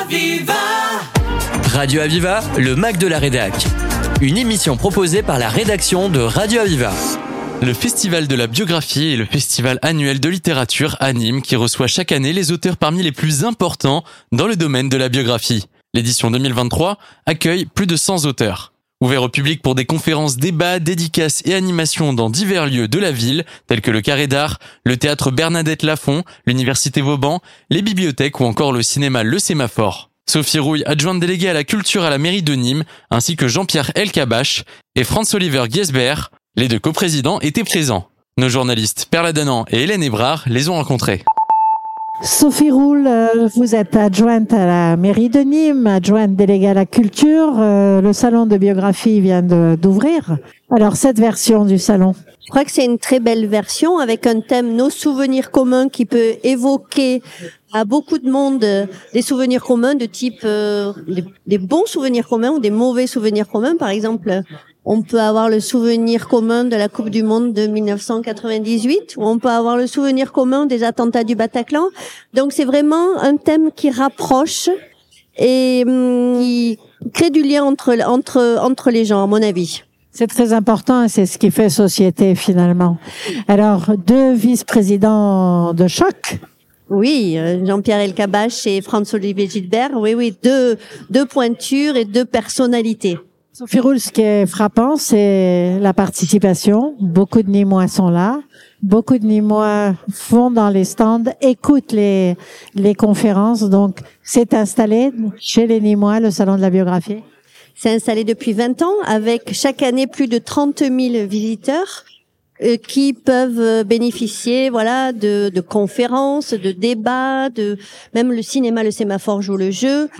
Aviva. Radio Aviva, le Mac de la Rédac. Une émission proposée par la rédaction de Radio Aviva. Le Festival de la biographie est le festival annuel de littérature à Nîmes qui reçoit chaque année les auteurs parmi les plus importants dans le domaine de la biographie. L'édition 2023 accueille plus de 100 auteurs. Ouvert au public pour des conférences, débats, dédicaces et animations dans divers lieux de la ville, tels que le Carré d'Art, le théâtre Bernadette Lafont, l'université Vauban, les bibliothèques ou encore le cinéma Le Sémaphore. Sophie Rouille, adjointe déléguée à la culture à la mairie de Nîmes, ainsi que Jean-Pierre Elkabbach et Franz-Oliver Giesbert, les deux coprésidents, étaient présents. Nos journalistes Perla Danan et Hélène Hébrard les ont rencontrés. Sophie Rouille, vous êtes adjointe à la mairie de Nîmes, adjointe déléguée à la culture. Le salon de biographie vient d'ouvrir. Alors, cette version du salon? Je crois que c'est une très belle version avec un thème nos souvenirs communs qui peut évoquer à beaucoup de monde des souvenirs communs de type des bons souvenirs communs ou des mauvais souvenirs communs. Par exemple, on peut avoir le souvenir commun de la Coupe du Monde de 1998 ou on peut avoir le souvenir commun des attentats du Bataclan. Donc c'est vraiment un thème qui rapproche et qui crée du lien entre les gens, à mon avis. C'est très important et c'est ce qui fait société finalement. Alors, deux vice-présidents de choc. Oui, Jean-Pierre Elkabbach et Franz-Olivier Giesbert. Oui, deux pointures et deux personnalités. Sophie Rouille, ce qui est frappant, c'est la participation. Beaucoup de Nîmois sont là. Beaucoup de Nîmois vont dans les stands, écoutent les conférences. Donc, c'est installé chez les Nîmois, le Salon de la biographie. C'est installé depuis 20 ans avec chaque année plus de 30 000 visiteurs qui peuvent bénéficier de conférences, de débats, même le cinéma Le Sémaphore joue le jeu.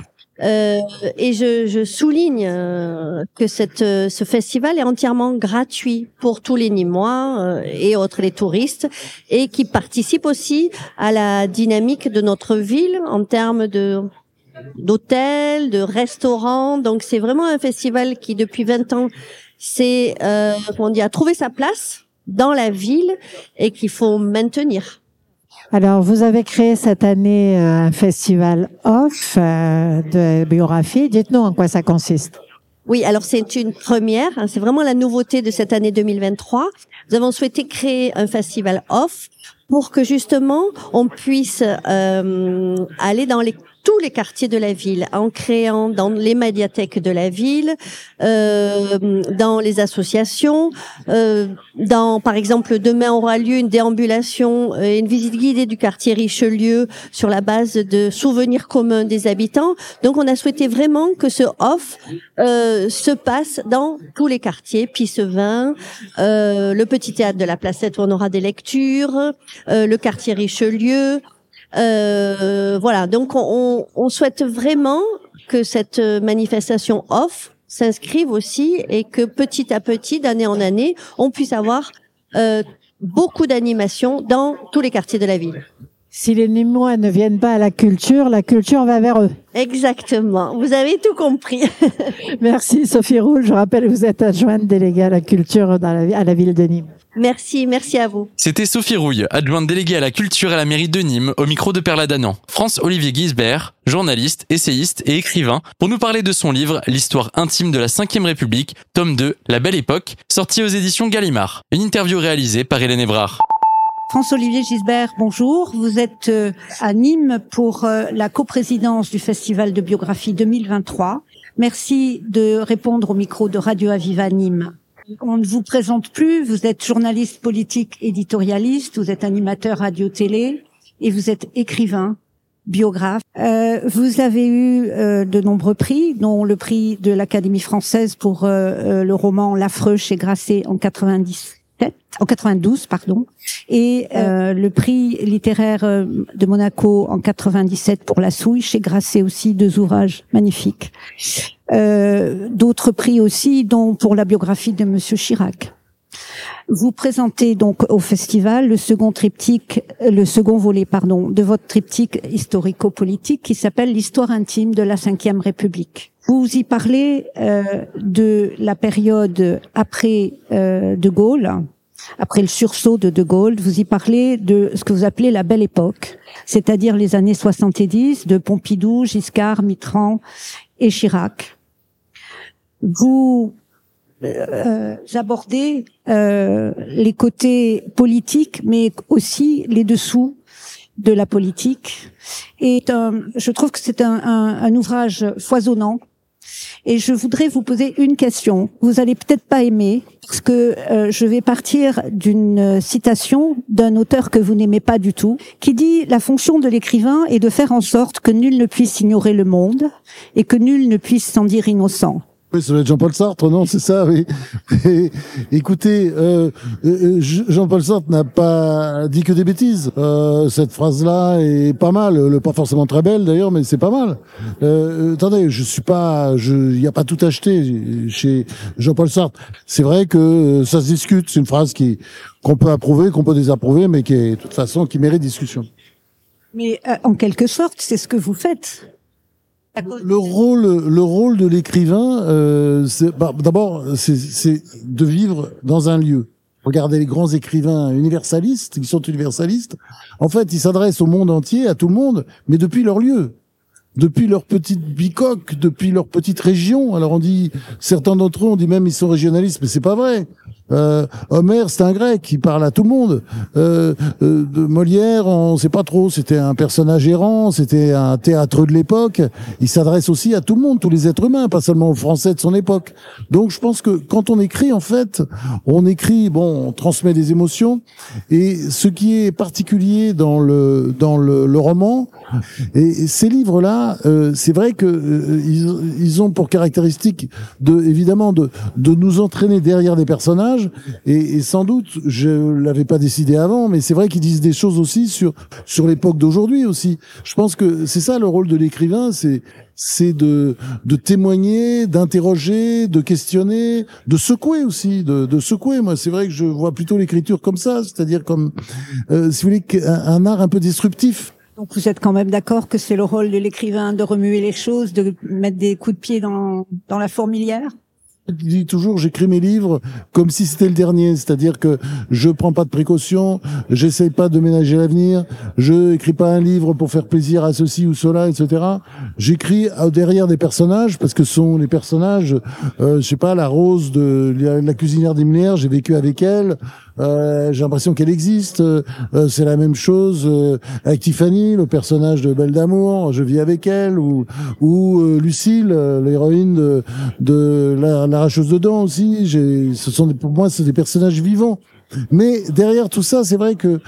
Et je souligne que ce festival est entièrement gratuit pour tous les Nîmois et autres les touristes et qui participe aussi à la dynamique de notre ville en termes d'hôtels, de restaurants. Donc c'est vraiment un festival qui depuis 20 ans a trouvé sa place dans la ville et qu'il faut maintenir. Alors, vous avez créé cette année un festival off de biographie. Dites-nous en quoi ça consiste. Oui, alors c'est une première. C'est vraiment la nouveauté de cette année 2023. Nous avons souhaité créer un festival off pour que justement on puisse aller dans tous les quartiers de la ville, en créant dans les médiathèques de la ville, dans les associations, par exemple, demain aura lieu une déambulation et une visite guidée du quartier Richelieu sur la base de souvenirs communs des habitants. Donc, on a souhaité vraiment que ce off se passe dans tous les quartiers, Pissevin, le petit théâtre de la Placette où on aura des lectures, le quartier Richelieu. Donc on souhaite vraiment que cette manifestation off s'inscrive aussi et que petit à petit, d'année en année, on puisse avoir beaucoup d'animations dans tous les quartiers de la ville. Si les Nîmois ne viennent pas à la culture va vers eux. Exactement, vous avez tout compris. Merci Sophie Rouille, je rappelle que vous êtes adjointe déléguée à la culture à la ville de Nîmes. Merci à vous. C'était Sophie Rouille, adjointe déléguée à la culture à la mairie de Nîmes, au micro de Perla Danan. Franz-Olivier Giesbert, journaliste, essayiste et écrivain, pour nous parler de son livre « L'histoire intime de la Ve République », tome 2, La Belle Époque, sorti aux éditions Gallimard. Une interview réalisée par Hélène Hébrard. Franz-Olivier Giesbert, bonjour. Vous êtes à Nîmes pour la coprésidence du Festival de biographie 2023. Merci de répondre au micro de Radio Aviva Nîmes. On ne vous présente plus, vous êtes journaliste politique éditorialiste, vous êtes animateur radio-télé et vous êtes écrivain, biographe. Vous avez eu de nombreux prix, dont le prix de l'Académie française pour le roman L'Affreux chez Grasset en 92, et le prix littéraire de Monaco en 97 pour La Souille chez Grasset aussi, 2 ouvrages magnifiques. D'autres prix aussi, dont pour la biographie de Monsieur Chirac. Vous présentez donc au festival le second volet de votre triptyque historico-politique qui s'appelle L'histoire intime de la Ve République. Vous y parlez de la période après De Gaulle, après le sursaut de Gaulle, vous y parlez de ce que vous appelez la Belle Époque, c'est-à-dire les années 70 de Pompidou, Giscard, Mitterrand et Chirac. Vous abordez les côtés politiques, mais aussi les dessous de la politique. Et je trouve que c'est un ouvrage foisonnant. Et je voudrais vous poser une question. Vous allez peut-être pas aimer, parce que je vais partir d'une citation d'un auteur que vous n'aimez pas du tout, qui dit « La fonction de l'écrivain est de faire en sorte que nul ne puisse ignorer le monde et que nul ne puisse s'en dire innocent. » Oui, ça doit être Jean-Paul Sartre, non? C'est ça, oui. Et, écoutez, Jean-Paul Sartre n'a pas dit que des bêtises. Cette phrase-là est pas mal, pas forcément très belle d'ailleurs, mais c'est pas mal. Attendez, il n'y a pas tout acheté chez Jean-Paul Sartre. C'est vrai que ça se discute. C'est une phrase qu'on peut approuver, qu'on peut désapprouver, mais qui est, de toute façon, qui mérite discussion. Mais en quelque sorte, c'est ce que vous faites. Le rôle de l'écrivain, d'abord, c'est de vivre dans un lieu. Regardez les grands écrivains universalistes, qui sont universalistes. En fait, ils s'adressent au monde entier, à tout le monde, mais depuis leur lieu, depuis leur petite bicoque, depuis leur petite région. Alors on dit, certains d'entre eux, on dit même ils sont régionalistes, mais c'est pas vrai. Homère, c'est un grec qui parle à tout le monde. De Molière, on sait pas trop. C'était un personnage errant, c'était un théâtre de l'époque. Il s'adresse aussi à tout le monde, tous les êtres humains, pas seulement aux Français de son époque. Donc, je pense que quand on écrit, en fait, on transmet des émotions. Et ce qui est particulier dans le roman, et ces livres-là, c'est vrai que ils ont pour caractéristique évidemment de nous entraîner derrière des personnages. Et sans doute, je l'avais pas décidé avant, mais c'est vrai qu'ils disent des choses aussi sur l'époque d'aujourd'hui aussi. Je pense que c'est ça le rôle de l'écrivain, c'est de témoigner, d'interroger, de questionner, de secouer aussi, de secouer. Moi, c'est vrai que je vois plutôt l'écriture comme ça, c'est-à-dire comme, si vous voulez, un art un peu disruptif. Donc vous êtes quand même d'accord que c'est le rôle de l'écrivain de remuer les choses, de mettre des coups de pied dans la fourmilière? Je dis toujours, j'écris mes livres comme si c'était le dernier, c'est-à-dire que je prends pas de précautions, j'essaye pas de ménager l'avenir, je écris pas un livre pour faire plaisir à ceci ou cela, etc. J'écris derrière des personnages, parce que ce sont les personnages, je sais pas, la Rose de la cuisinière des Minières, j'ai vécu avec elle, j'ai l'impression qu'elle existe. C'est la même chose avec Tiffany, le personnage de Belle d'amour, je vis avec elle, ou Lucille, l'héroïne de l'arracheuse de dents aussi. Pour moi, c'est des personnages vivants. Mais derrière tout ça, c'est vrai que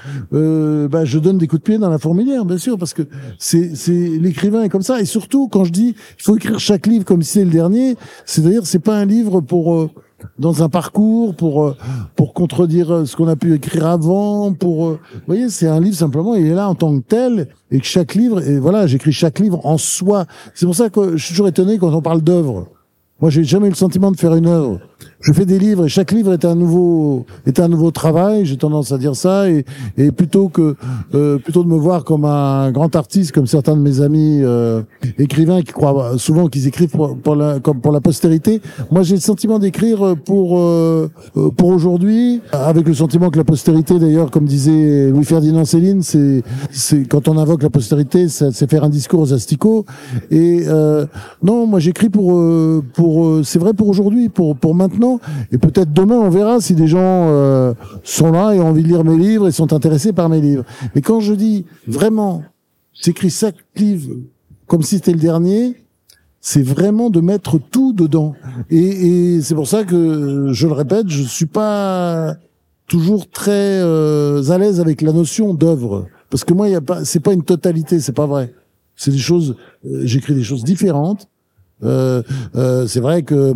je donne des coups de pied dans la fourmilière, bien sûr, parce que c'est l'écrivain est comme ça. Et surtout, quand je dis il faut écrire chaque livre comme si c'est le dernier, c'est-à-dire c'est pas un livre pour dans un parcours pour contredire ce qu'on a pu écrire avant, vous voyez, c'est un livre simplement, il est là en tant que tel, et que chaque livre, et voilà, j'écris chaque livre en soi. C'est pour ça que je suis toujours étonné quand on parle d'œuvre. Moi, j'ai jamais eu le sentiment de faire une œuvre. Je fais des livres et chaque livre est un nouveau travail. J'ai tendance à dire ça et plutôt de me voir comme un grand artiste, comme certains de mes amis écrivains qui croient souvent qu'ils écrivent pour la postérité. Moi, j'ai le sentiment d'écrire pour aujourd'hui, avec le sentiment que la postérité, d'ailleurs, comme disait Louis-Ferdinand Céline, c'est quand on invoque la postérité, c'est faire un discours aux asticots. Et non, moi, j'écris c'est vrai pour aujourd'hui, pour maintenant. Et peut-être demain, on verra si des gens sont là et ont envie de lire mes livres et sont intéressés par mes livres. Mais quand je dis vraiment, j'écris chaque livre comme si c'était le dernier, c'est vraiment de mettre tout dedans. Et c'est pour ça que, je le répète, je suis pas toujours très à l'aise avec la notion d'œuvre. Parce que moi, c'est pas une totalité, c'est pas vrai. C'est des choses, j'écris des choses différentes. C'est vrai que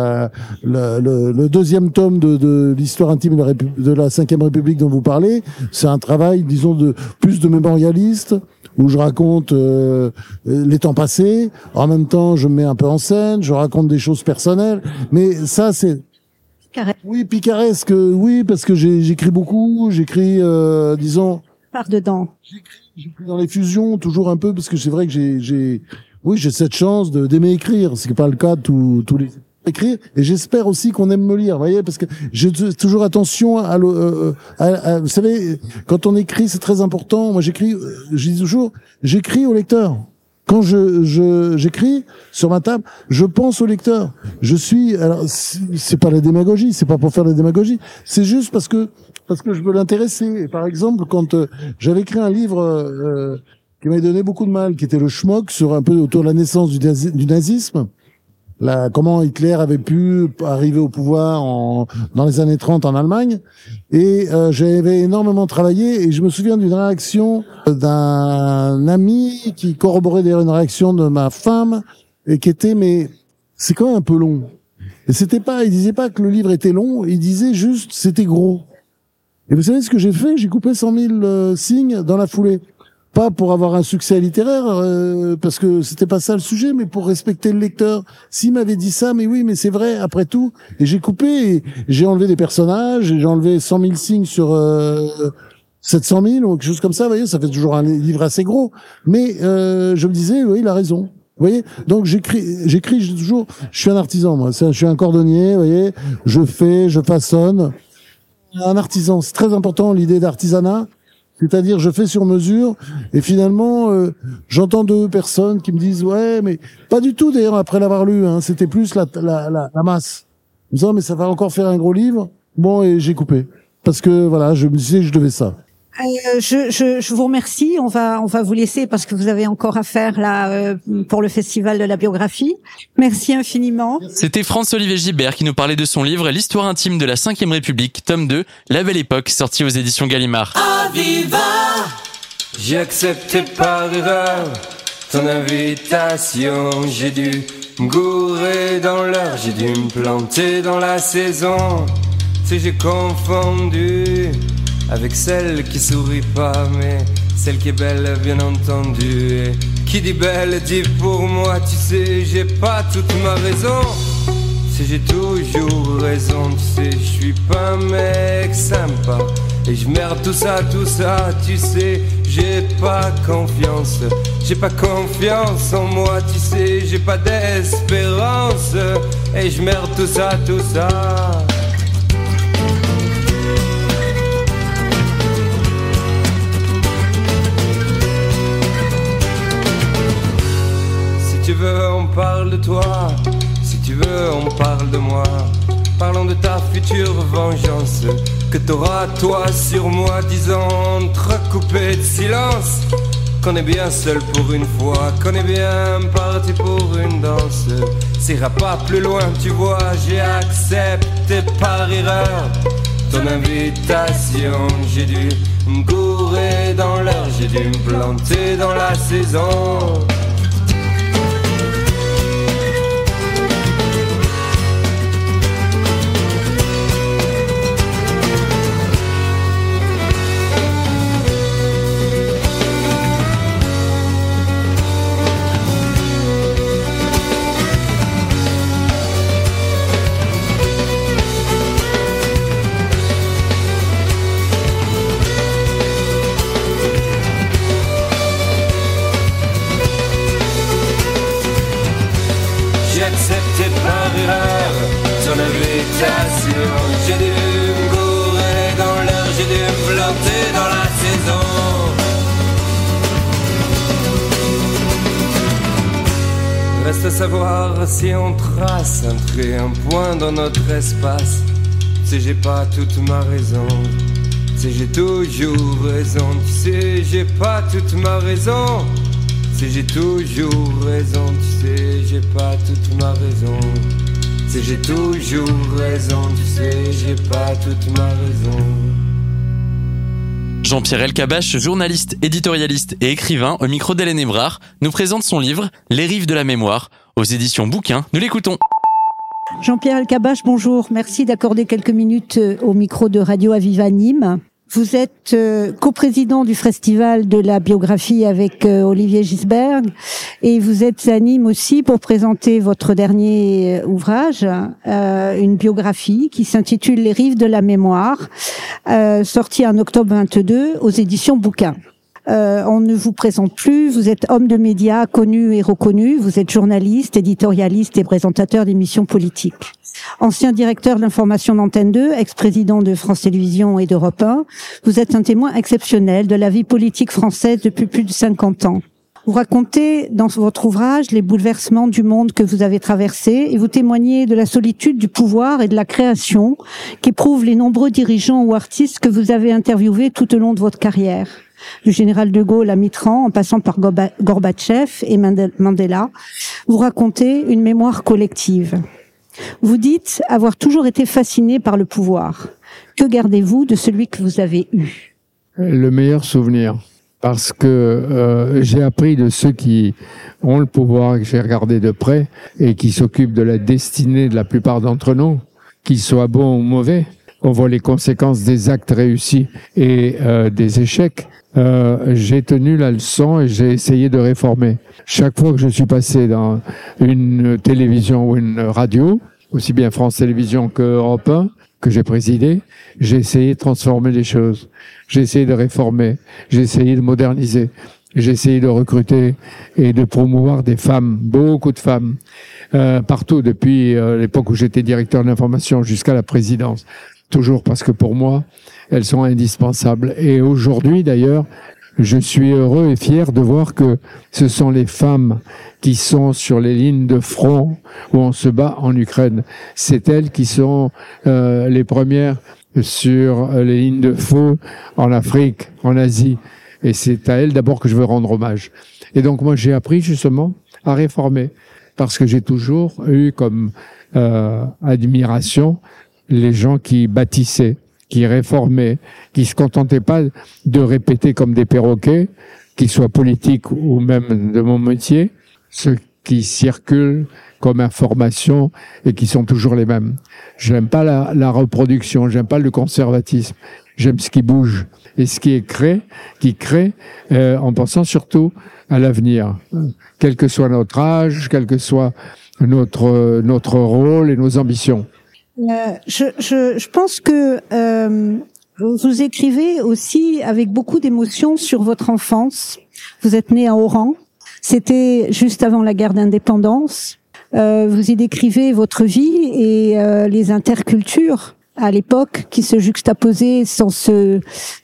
le deuxième tome de l'histoire intime de la Cinquième République dont vous parlez, c'est un travail, disons, plus de mémorialiste, où je raconte les temps passés. En même temps, je me mets un peu en scène, je raconte des choses personnelles. Mais ça, c'est oui, picaresque, oui, parce que j'écris beaucoup, disons, par dedans. J'écris dans les fusions toujours un peu, parce que c'est vrai que j'ai cette chance d'aimer écrire, ce qui n'est pas le cas de tous les... écrire, et j'espère aussi qu'on aime me lire, vous voyez, parce que j'ai toujours attention vous savez, quand on écrit, c'est très important. Moi, je dis toujours, j'écris au lecteur. Quand j'écris sur ma table, je pense au lecteur. Alors, c'est pas la démagogie, c'est pas pour faire la démagogie, c'est juste parce que je veux l'intéresser. Et par exemple, quand j'avais écrit un livre qui m'avait donné beaucoup de mal, qui était le Schmock, sur un peu autour de la naissance du nazisme, comment Hitler avait pu arriver au pouvoir dans les années 30 en Allemagne, et j'avais énormément travaillé, et je me souviens d'une réaction d'un ami qui corroborait d'ailleurs une réaction de ma femme, et qui était, mais c'est quand même un peu long. Et il disait pas que le livre était long, il disait juste c'était gros. Et vous savez ce que j'ai fait? J'ai coupé 100 000 signes dans la foulée. Pas pour avoir un succès littéraire, parce que c'était pas ça le sujet, mais pour respecter le lecteur. S'il m'avait dit ça, mais oui, mais c'est vrai, après tout. Et j'ai coupé, et j'ai enlevé des personnages, et j'ai enlevé 100 000 signes sur 700 000, ou quelque chose comme ça, vous voyez, ça fait toujours un livre assez gros. Mais je me disais, oui, il a raison. Vous voyez, donc j'écris toujours, je suis un artisan, moi, je suis un cordonnier, vous voyez, je façonne. Un artisan, c'est très important, l'idée d'artisanat. C'est-à-dire, je fais sur mesure, et finalement, j'entends 2 personnes qui me disent, ouais, mais pas du tout, d'ailleurs, après l'avoir lu, hein, c'était plus la masse. En me disant, mais ça va encore faire un gros livre. Bon, et j'ai coupé. Parce que, voilà, je me disais que je devais ça. Je vous remercie. On va vous laisser parce que vous avez encore à faire là pour le Festival de la biographie. Merci infiniment. C'était France-Olivier Gibert qui nous parlait de son livre L'histoire intime de la Ve République, tome 2, La Belle Époque, sorti aux éditions Gallimard. Aviva! J'ai accepté par erreur ton invitation. J'ai dû me gourer dans l'heure, j'ai dû me planter dans la saison. Tu sais, j'ai confondu avec celle qui sourit pas, mais celle qui est belle, bien entendu. Et qui dit belle, dit pour moi, tu sais, j'ai pas toute ma raison. Tu sais, j'ai toujours raison, tu sais, je suis pas un mec sympa. Et je merde tout ça, tu sais, j'ai pas confiance. J'ai pas confiance en moi, tu sais, j'ai pas d'espérance. Et je merde tout ça. Si tu veux, on parle de toi. Si tu veux, on parle de moi. Parlons de ta future vengeance que t'auras toi sur moi, disant entrecoupé de silence qu'on est bien seul pour une fois, qu'on est bien parti pour une danse. Ça ira pas plus loin, tu vois, j'ai accepté par erreur ton invitation. J'ai dû me gourer dans l'heure, j'ai dû me planter dans la saison. J'ai dû me gourer dans l'heure, j'ai dû me planter dans la saison. Reste à savoir si on trace un trait, un point dans notre espace. Tu sais, j'ai pas toute ma raison. Tu sais, j'ai toujours raison. Tu sais, j'ai pas toute ma raison. Tu sais, j'ai toujours raison. Tu sais, j'ai pas toute ma raison. Tu sais, j'ai toujours raison, tu sais, j'ai pas toute ma raison. Jean-Pierre Elkabbach, journaliste, éditorialiste et écrivain, au micro d'Hélène Ebrard, nous présente son livre « Les rives de la mémoire » aux éditions Bouquin. Nous l'écoutons. Jean-Pierre Elkabbach, bonjour. Merci d'accorder quelques minutes au micro de Radio Aviva Nîmes. Vous êtes coprésident du Festival de la biographie avec Olivier Gisbert et vous êtes à Nîmes aussi pour présenter votre dernier ouvrage, une biographie qui s'intitule Les rives de la mémoire, sorti en octobre 22 aux éditions Bouquin. On ne vous présente plus. Vous êtes homme de médias connu et reconnu. Vous êtes journaliste, éditorialiste et présentateur d'émissions politiques. Ancien directeur de l'information d'Antenne 2, ex-président de France Télévisions et d'Europe 1, vous êtes un témoin exceptionnel de la vie politique française depuis plus de 50 ans. Vous racontez dans votre ouvrage les bouleversements du monde que vous avez traversés et vous témoignez de la solitude du pouvoir et de la création qu'éprouvent les nombreux dirigeants ou artistes que vous avez interviewés tout au long de votre carrière. Du général de Gaulle à Mitterrand, en passant par Gorbatchev et Mandela, vous racontez une mémoire collective. Vous dites avoir toujours été fasciné par le pouvoir. Que gardez-vous de celui que vous avez eu? Le meilleur souvenir. Parce que j'ai appris de ceux qui ont le pouvoir, que j'ai regardé de près, et qui s'occupent de la destinée de la plupart d'entre nous, qu'ils soient bons ou mauvais. On voit les conséquences des actes réussis et des échecs. J'ai tenu la leçon et j'ai essayé de réformer. Chaque fois que je suis passé dans une télévision ou une radio, aussi bien France Télévisions que Europe 1, que j'ai présidé, j'ai essayé de transformer les choses. J'ai essayé de réformer. J'ai essayé de moderniser. J'ai essayé de recruter et de promouvoir des femmes, beaucoup de femmes, partout depuis l'époque où j'étais directeur de l'information jusqu'à la présidence. Toujours parce que pour moi, elles sont indispensables. Et aujourd'hui, d'ailleurs, je suis heureux et fier de voir que ce sont les femmes qui sont sur les lignes de front où on se bat en Ukraine. C'est elles qui sont les premières sur les lignes de feu en Afrique, en Asie. Et c'est à elles d'abord que je veux rendre hommage. Et donc moi, j'ai appris justement à réformer parce que j'ai toujours eu comme admiration les gens qui bâtissaient, qui réformaient, qui se contentaient pas de répéter comme des perroquets, qu'ils soient politiques ou même de mon métier, ceux qui circulent comme information et qui sont toujours les mêmes. J'aime pas la reproduction, j'aime pas le conservatisme, j'aime ce qui bouge et ce qui crée en pensant surtout à l'avenir, quel que soit notre âge, quel que soit notre rôle et nos ambitions. Je pense que vous écrivez aussi avec beaucoup d'émotion sur votre enfance. Vous êtes né à Oran. C'était juste avant la guerre d'indépendance. Vous y décrivez votre vie et les intercultures à l'époque qui se juxtaposaient sans se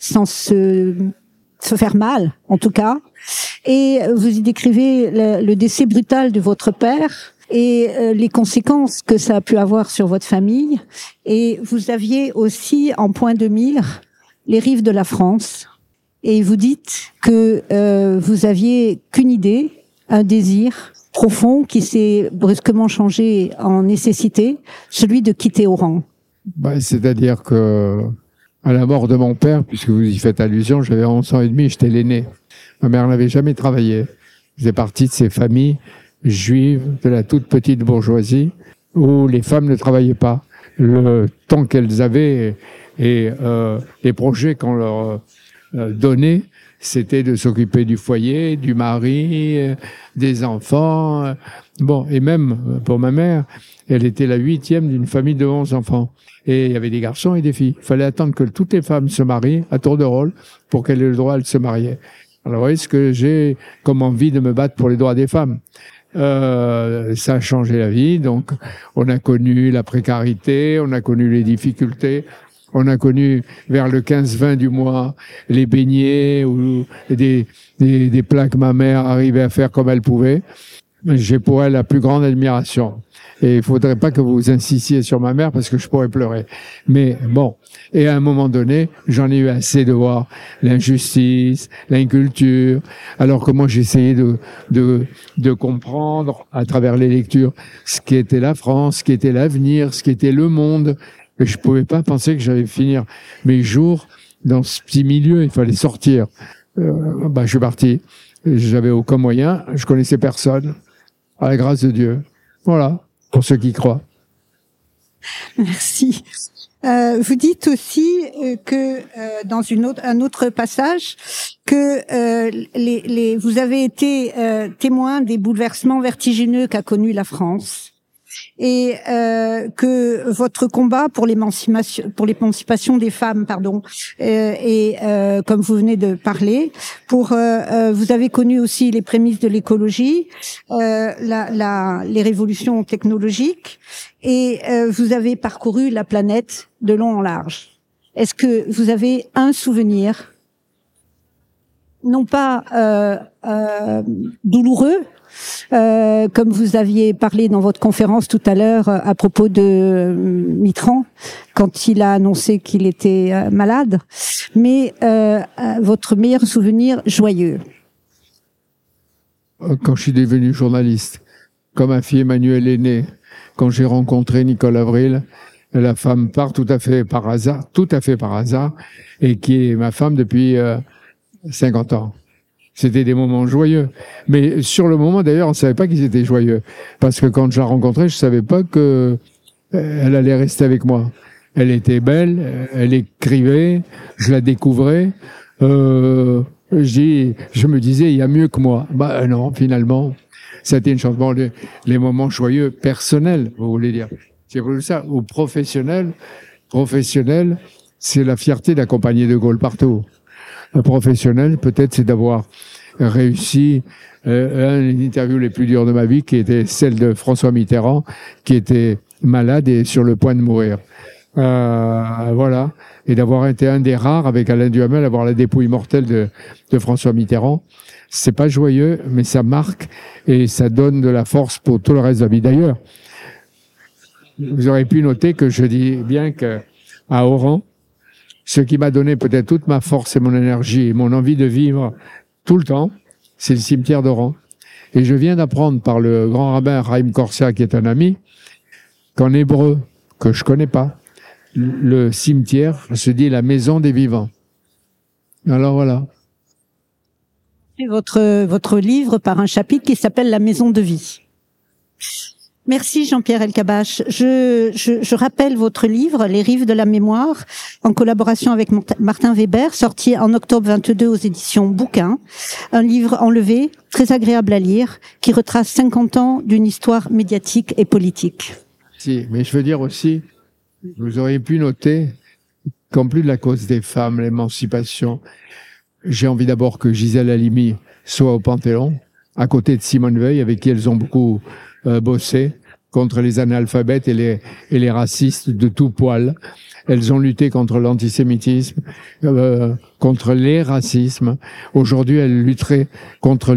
faire mal, en tout cas. Et vous y décrivez le décès brutal de votre père et les conséquences que ça a pu avoir sur votre famille. Et vous aviez aussi en point de mire les rives de la France. Et vous dites que vous aviez qu'une idée, un désir profond qui s'est brusquement changé en nécessité, celui de quitter Oran. C'est-à-dire que à la mort de mon père, puisque vous y faites allusion, j'avais 11 ans et demi, j'étais l'aîné. Ma mère n'avait jamais travaillé. Je faisais partie de ces familles juives de la toute petite bourgeoisie où les femmes ne travaillaient pas. Le temps qu'elles avaient et les projets qu'on leur donnait, c'était de s'occuper du foyer, du mari, des enfants. Bon, et même pour ma mère, elle était la 8e d'une famille de 11 enfants. Et il y avait des garçons et des filles. Il fallait attendre que toutes les femmes se marient à tour de rôle pour qu'elles aient le droit de se marier. Alors, vous voyez ce que j'ai comme envie de me battre pour les droits des femmes. Ça a changé la vie. Donc, on a connu la précarité, on a connu les difficultés. On a connu vers le 15-20 du mois les beignets ou des plats que ma mère arrivait à faire comme elle pouvait. J'ai pour elle la plus grande admiration. Et il faudrait pas que vous insistiez sur ma mère parce que je pourrais pleurer. Mais bon. Et à un moment donné, j'en ai eu assez de voir l'injustice, l'inculture. Alors que moi, j'essayais de comprendre à travers les lectures ce qui était la France, ce qui était l'avenir, ce qui était le monde. Et je pouvais pas penser que j'allais finir mes jours dans ce petit milieu. Il fallait sortir. Je suis parti. J'avais aucun moyen. Je connaissais personne. À la grâce de Dieu. Voilà. Pour ceux qui croient. Merci. Vous dites aussi que dans un autre passage que vous avez été témoin des bouleversements vertigineux qu'a connus la France. et que votre combat pour l'émancipation des femmes, comme vous venez de parler, vous avez connu aussi les prémices de l'écologie, les révolutions technologiques, et vous avez parcouru la planète de long en large. Est-ce que vous avez un souvenir, non pas douloureux, comme vous aviez parlé dans votre conférence tout à l'heure à propos de Mitterrand, quand il a annoncé qu'il était malade, mais votre meilleur souvenir joyeux? Quand je suis devenu journaliste, quand ma fille Emmanuelle est née, quand j'ai rencontré Nicole Avril, la femme tout à fait par hasard, et qui est ma femme depuis 50 ans. C'était des moments joyeux. Mais sur le moment, d'ailleurs, on ne savait pas qu'ils étaient joyeux. Parce que quand je la rencontrais, je ne savais pas que elle allait rester avec moi. Elle était belle, elle écrivait, je la découvrais. Je me disais, il y a mieux que moi. Non, finalement, c'était une chance. Bon, les moments joyeux personnels, vous voulez dire. C'est pour ça. Ou professionnel, c'est la fierté d'accompagner De Gaulle partout. Un professionnel, peut-être, c'est d'avoir réussi une des interviews les plus dures de ma vie, qui était celle de François Mitterrand, qui était malade et sur le point de mourir. Voilà. Et d'avoir été un des rares, avec Alain Duhamel, avoir la dépouille mortelle de François Mitterrand. C'est pas joyeux, mais ça marque et ça donne de la force pour tout le reste de la vie. D'ailleurs, vous aurez pu noter que je dis bien qu'à Oran, ce qui m'a donné peut-être toute ma force et mon énergie et mon envie de vivre tout le temps, c'est le cimetière d'Oran. Et je viens d'apprendre par le grand rabbin Chaim Korsia, qui est un ami, qu'en hébreu, que je connais pas, le cimetière se dit la maison des vivants. Alors voilà. Et votre livre par un chapitre qui s'appelle La maison de vie. Merci Jean-Pierre Elkabbach. Je rappelle votre livre, Les rives de la mémoire, en collaboration avec Martin Weber, sorti en octobre 22 aux éditions Bouquin. Un livre enlevé, très agréable à lire, qui retrace 50 ans d'une histoire médiatique et politique. Si, mais je veux dire aussi, vous auriez pu noter qu'en plus de la cause des femmes, l'émancipation, j'ai envie d'abord que Gisèle Halimi soit au Panthéon, à côté de Simone Veil, avec qui elles ont beaucoup bossé contre les analphabètes et les racistes de tout poil. Elles ont lutté contre l'antisémitisme, contre les racismes. Aujourd'hui, elles lutteraient contre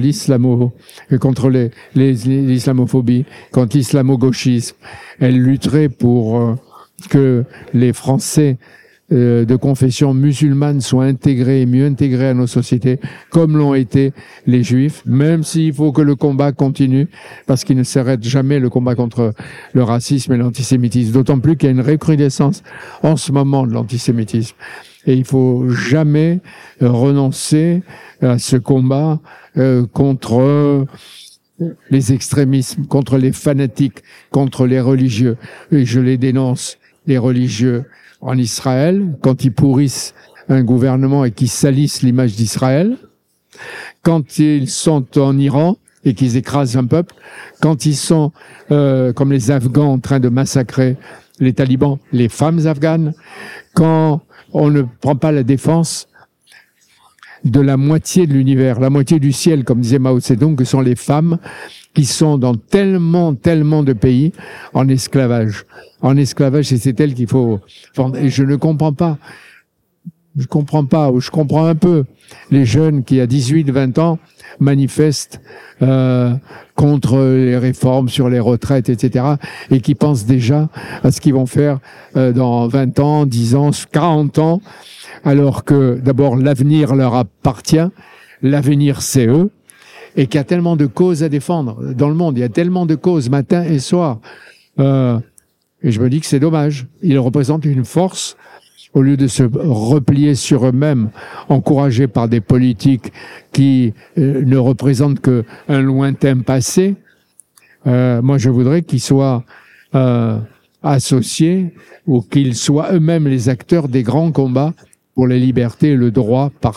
l'islamophobie, contre l'islamo-gauchisme. Elles lutteraient pour que les Français de confession musulmane soient intégrés, mieux intégrés à nos sociétés, comme l'ont été les Juifs, même s'il faut que le combat continue, parce qu'il ne s'arrête jamais, le combat contre le racisme et l'antisémitisme. D'autant plus qu'il y a une recrudescence en ce moment de l'antisémitisme. Et il faut jamais renoncer à ce combat contre les extrémismes, contre les fanatiques, contre les religieux. Et je les dénonce, les religieux, en Israël, quand ils pourrissent un gouvernement et qu'ils salissent l'image d'Israël, quand ils sont en Iran et qu'ils écrasent un peuple, quand ils sont comme les Afghans en train de massacrer les talibans, les femmes afghanes, quand on ne prend pas la défense de la moitié de l'univers, la moitié du ciel, comme disait Mao Tse-tung, que sont les femmes qui sont dans tellement de pays en esclavage. En esclavage, et c'est elles qu'il faut... Et je ne comprends pas. Je comprends pas, ou je comprends un peu les jeunes qui, à 18-20 ans, manifestent contre les réformes sur les retraites, etc., et qui pensent déjà à ce qu'ils vont faire dans 20 ans, 10 ans, 40 ans, alors que, d'abord, l'avenir leur appartient, l'avenir, c'est eux, et qu'il y a tellement de causes à défendre dans le monde. Il y a tellement de causes, matin et soir. Et je me dis que c'est dommage. Ils représentent une force, au lieu de se replier sur eux-mêmes, encouragés par des politiques qui ne représentent qu'un lointain passé. Moi, je voudrais qu'ils soient associés, ou qu'ils soient eux-mêmes les acteurs des grands combats pour les libertés et le droit partout.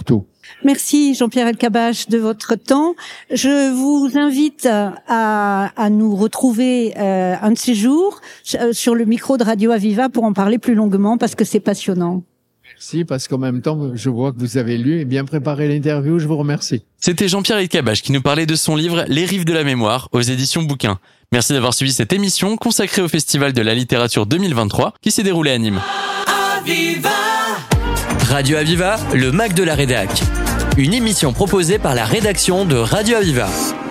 Merci Jean-Pierre Elkabbach de votre temps. Je vous invite à nous retrouver un de ces jours sur le micro de Radio Aviva pour en parler plus longuement parce que c'est passionnant. Merci, parce qu'en même temps, je vois que vous avez lu et bien préparé l'interview. Je vous remercie. C'était Jean-Pierre Elkabbach qui nous parlait de son livre Les Rives de la Mémoire aux éditions Bouquin. Merci d'avoir suivi cette émission consacrée au Festival de la littérature 2023 qui s'est déroulé à Nîmes. Aviva Radio Aviva, le Mac de la Rédac. Une émission proposée par la rédaction de Radio Aviva.